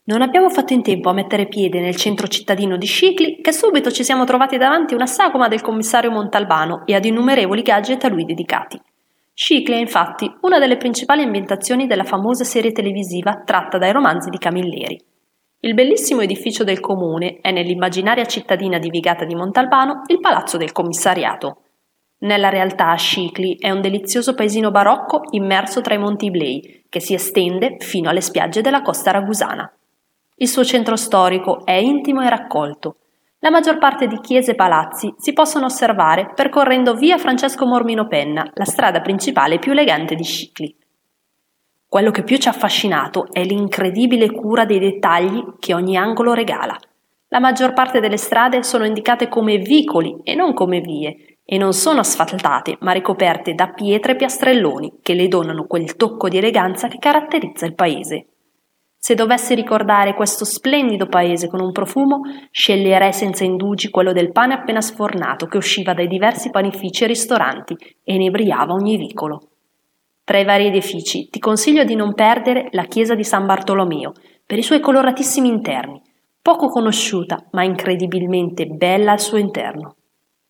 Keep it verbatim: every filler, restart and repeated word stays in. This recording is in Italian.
Non abbiamo fatto in tempo a mettere piede nel centro cittadino di Scicli che subito ci siamo trovati davanti una sagoma del commissario Montalbano e ad innumerevoli gadget a lui dedicati. Scicli è infatti una delle principali ambientazioni della famosa serie televisiva tratta dai romanzi di Camilleri. Il bellissimo edificio del comune è nell'immaginaria cittadina di Vigata di Montalbano il palazzo del commissariato. Nella realtà Scicli è un delizioso paesino barocco immerso tra i Monti Iblei che si estende fino alle spiagge della costa ragusana. Il suo centro storico è intimo e raccolto. La maggior parte di chiese e palazzi si possono osservare percorrendo via Francesco Mormino Penna, la strada principale più elegante di Scicli. Quello che più ci ha affascinato è l'incredibile cura dei dettagli che ogni angolo regala. La maggior parte delle strade sono indicate come vicoli e non come vie, e non sono asfaltate ma ricoperte da pietre e piastrelloni che le donano quel tocco di eleganza che caratterizza il paese. Se dovessi ricordare questo splendido paese con un profumo, sceglierei senza indugi quello del pane appena sfornato che usciva dai diversi panifici e ristoranti e inebriava ogni vicolo. Tra i vari edifici ti consiglio di non perdere la chiesa di San Bartolomeo per i suoi coloratissimi interni, poco conosciuta ma incredibilmente bella al suo interno.